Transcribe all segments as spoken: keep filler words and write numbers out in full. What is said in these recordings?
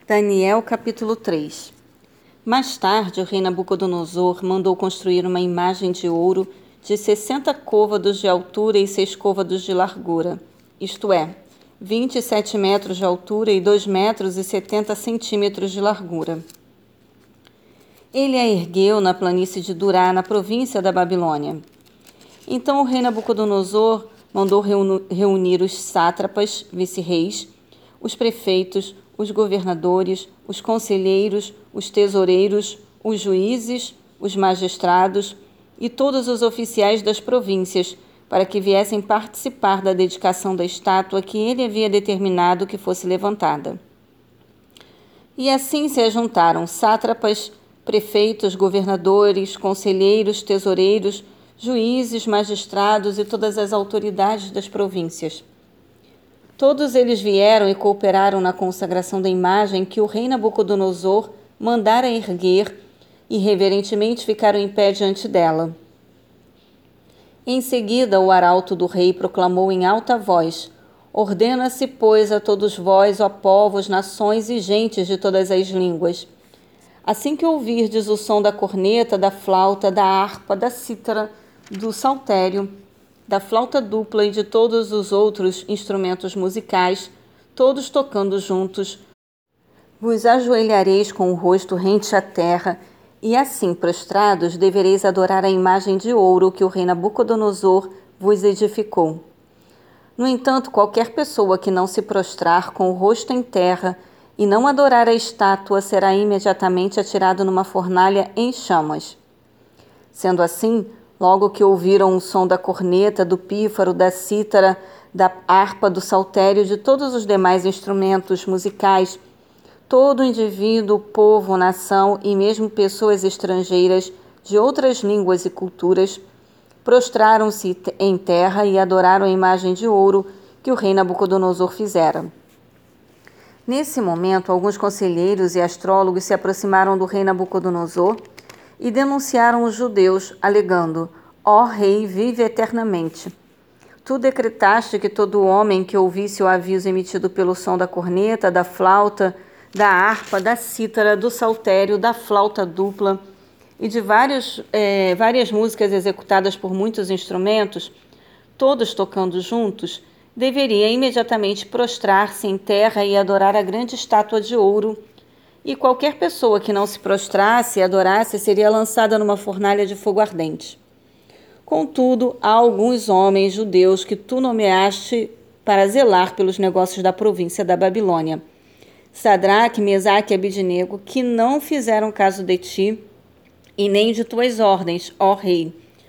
Daniel capítulo três. Mais tarde, o rei Nabucodonosor mandou construir uma imagem de ouro de sessenta côvados de altura e seis côvados de largura, isto é, vinte e sete metros de altura e dois metros e setenta centímetros de largura. Ele a ergueu na planície de Durá, na província da Babilônia. Então o rei Nabucodonosor mandou reunir os sátrapas, vice-reis, os prefeitos, os governadores, os conselheiros, os tesoureiros, os juízes, os magistrados e todos os oficiais das províncias, para que viessem participar da dedicação da estátua que ele havia determinado que fosse levantada. E assim se ajuntaram sátrapas, prefeitos, governadores, conselheiros, tesoureiros, juízes, magistrados e todas as autoridades das províncias. Todos eles vieram e cooperaram na consagração da imagem que o rei Nabucodonosor mandara erguer e reverentemente ficaram em pé diante dela. Em seguida, o arauto do rei proclamou em alta voz: Ordena-se, pois, a todos vós, ó povos, nações e gentes de todas as línguas. Assim que ouvirdes o som da corneta, da flauta, da harpa, da cítara, do saltério, da flauta dupla e de todos os outros instrumentos musicais, todos tocando juntos, vos ajoelhareis com o rosto rente à terra, e assim, prostrados, devereis adorar a imagem de ouro que o rei Nabucodonosor vos edificou. No entanto, qualquer pessoa que não se prostrar com o rosto em terra e não adorar a estátua será imediatamente atirado numa fornalha em chamas. Sendo assim, logo que ouviram o som da corneta, do pífaro, da cítara, da harpa, do saltério e de todos os demais instrumentos musicais, todo indivíduo, povo, nação e mesmo pessoas estrangeiras de outras línguas e culturas prostraram-se em terra e adoraram a imagem de ouro que o rei Nabucodonosor fizera. Nesse momento, alguns conselheiros e astrólogos se aproximaram do rei Nabucodonosor e denunciaram os judeus, alegando: Ó rei, vive eternamente. Tu decretaste que todo homem que ouvisse o aviso emitido pelo som da corneta, da flauta, da harpa, da cítara, do saltério, da flauta dupla e de vários, é, várias músicas executadas por muitos instrumentos, todos tocando juntos, deveria imediatamente prostrar-se em terra e adorar a grande estátua de ouro, e qualquer pessoa que não se prostrasse e adorasse seria lançada numa fornalha de fogo ardente. Contudo, há alguns homens judeus que tu nomeaste para zelar pelos negócios da província da Babilônia, Sadraque, Mesaque e Abidnego, que não fizeram caso de ti e nem de tuas ordens, ó rei.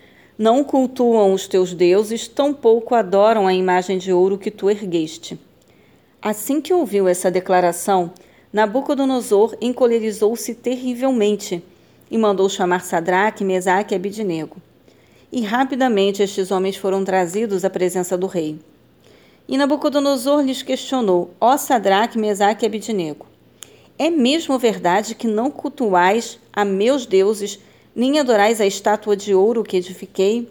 Não cultuam os teus deuses, tampouco adoram a imagem de ouro que tu ergueste. Assim que ouviu essa declaração, Nabucodonosor encolerizou-se terrivelmente e mandou chamar Sadraque, Mesaque e Abidnego. E rapidamente estes homens foram trazidos à presença do rei. E Nabucodonosor lhes questionou: Ó Sadraque, Mesaque e Abidnego, é mesmo verdade que não cultuais a meus deuses, nem adorais a estátua de ouro que edifiquei?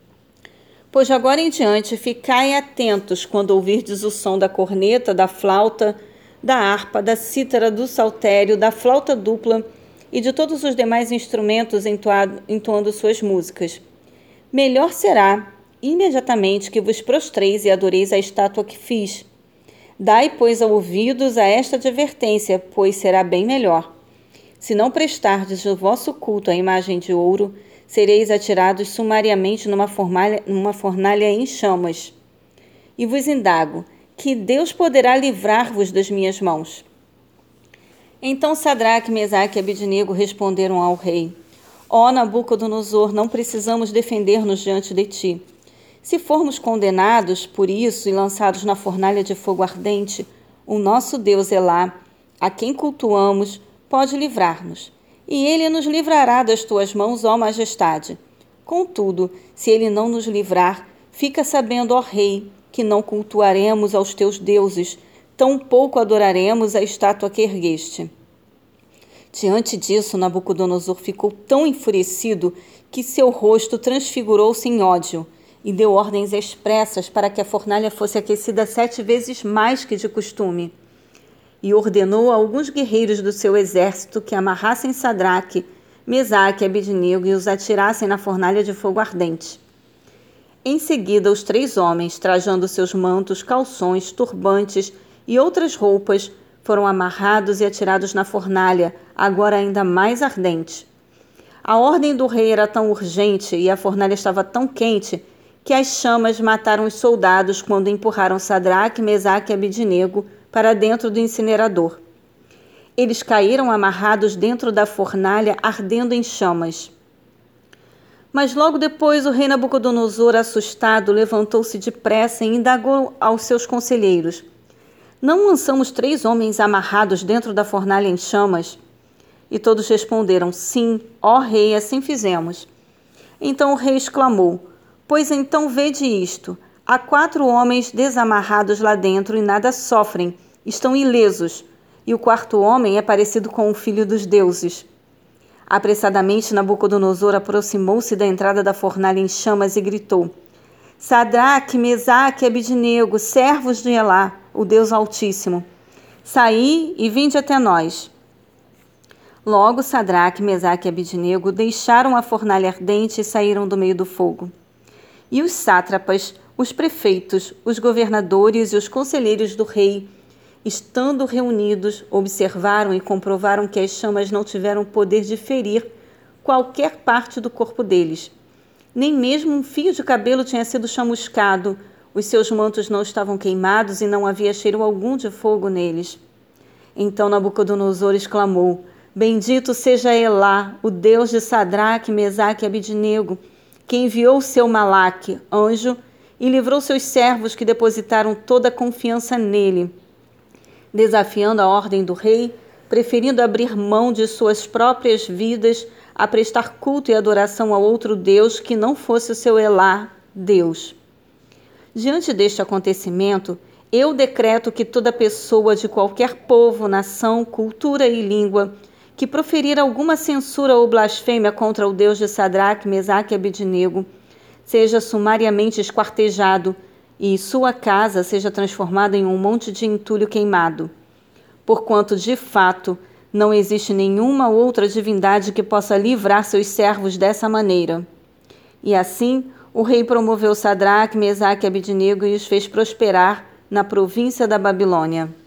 Pois de agora em diante ficai atentos quando ouvirdes o som da corneta, da flauta, da harpa, da cítara, do saltério, da flauta dupla e de todos os demais instrumentos entoado, entoando suas músicas. Melhor será imediatamente que vos prostreis e adoreis a estátua que fiz. Dai, pois, ouvidos a esta advertência, pois será bem melhor. Se não prestardes o vosso culto à imagem de ouro, sereis atirados sumariamente numa fornalha, numa fornalha em chamas. E vos indago, que Deus poderá livrar-vos das minhas mãos? Então Sadraque, Mesaque e Abidnego responderam ao rei: Ó Nabucodonosor, não precisamos defender-nos diante de ti. Se formos condenados por isso e lançados na fornalha de fogo ardente, o nosso Deus Elá, a quem cultuamos, pode livrar-nos, e ele nos livrará das tuas mãos, ó majestade. Contudo, se ele não nos livrar, fica sabendo, ó rei, que não cultuaremos aos teus deuses, tampouco adoraremos a estátua que ergueste. Diante disso, Nabucodonosor ficou tão enfurecido que seu rosto transfigurou-se em ódio e deu ordens expressas para que a fornalha fosse aquecida sete vezes mais que de costume. e ordenou a alguns guerreiros do seu exército que amarrassem Sadraque, Mesaque e Abednego e os atirassem na fornalha de fogo ardente. Em seguida, os três homens, trajando seus mantos, calções, turbantes e outras roupas, foram amarrados e atirados na fornalha, agora ainda mais ardente. A ordem do rei era tão urgente e a fornalha estava tão quente que as chamas mataram os soldados quando empurraram Sadraque, Mesaque e Abednego para dentro do incinerador. Eles caíram amarrados dentro da fornalha, ardendo em chamas. Mas logo depois o rei Nabucodonosor, assustado, levantou-se depressa e indagou aos seus conselheiros: Não lançamos três homens amarrados dentro da fornalha em chamas? E todos responderam: Sim, ó rei, assim fizemos. Então o rei exclamou: Pois então vede isto: há quatro homens desamarrados lá dentro e nada sofrem, estão ilesos, e o quarto homem é parecido com o filho dos deuses. Apressadamente Nabucodonosor aproximou-se da entrada da fornalha em chamas e gritou: Sadraque, Mesaque e Abednego, servos de Elá, o Deus Altíssimo, saí e vinde até nós. Logo Sadraque, Mesaque e Abednego deixaram a fornalha ardente e saíram do meio do fogo. E os sátrapas, os prefeitos, os governadores e os conselheiros do rei, estando reunidos, observaram e comprovaram que as chamas não tiveram poder de ferir qualquer parte do corpo deles. Nem mesmo um fio de cabelo tinha sido chamuscado, os seus mantos não estavam queimados e não havia cheiro algum de fogo neles. Então Nabucodonosor exclamou: Bendito seja Elá, o Deus de Sadraque, Mesaque e Abednego, que enviou seu Malaque, anjo, e livrou seus servos que depositaram toda a confiança nele, desafiando a ordem do rei, preferindo abrir mão de suas próprias vidas a prestar culto e adoração a outro Deus que não fosse o seu Elá, Deus. Diante deste acontecimento, eu decreto que toda pessoa de qualquer povo, nação, cultura e língua que proferir alguma censura ou blasfêmia contra o Deus de Sadraque, Mesaque e Abednego seja sumariamente esquartejado e sua casa seja transformada em um monte de entulho queimado. Porquanto, de fato, não existe nenhuma outra divindade que possa livrar seus servos dessa maneira. E assim, o rei promoveu Sadraque, Mesaque e Abednego e os fez prosperar na província da Babilônia.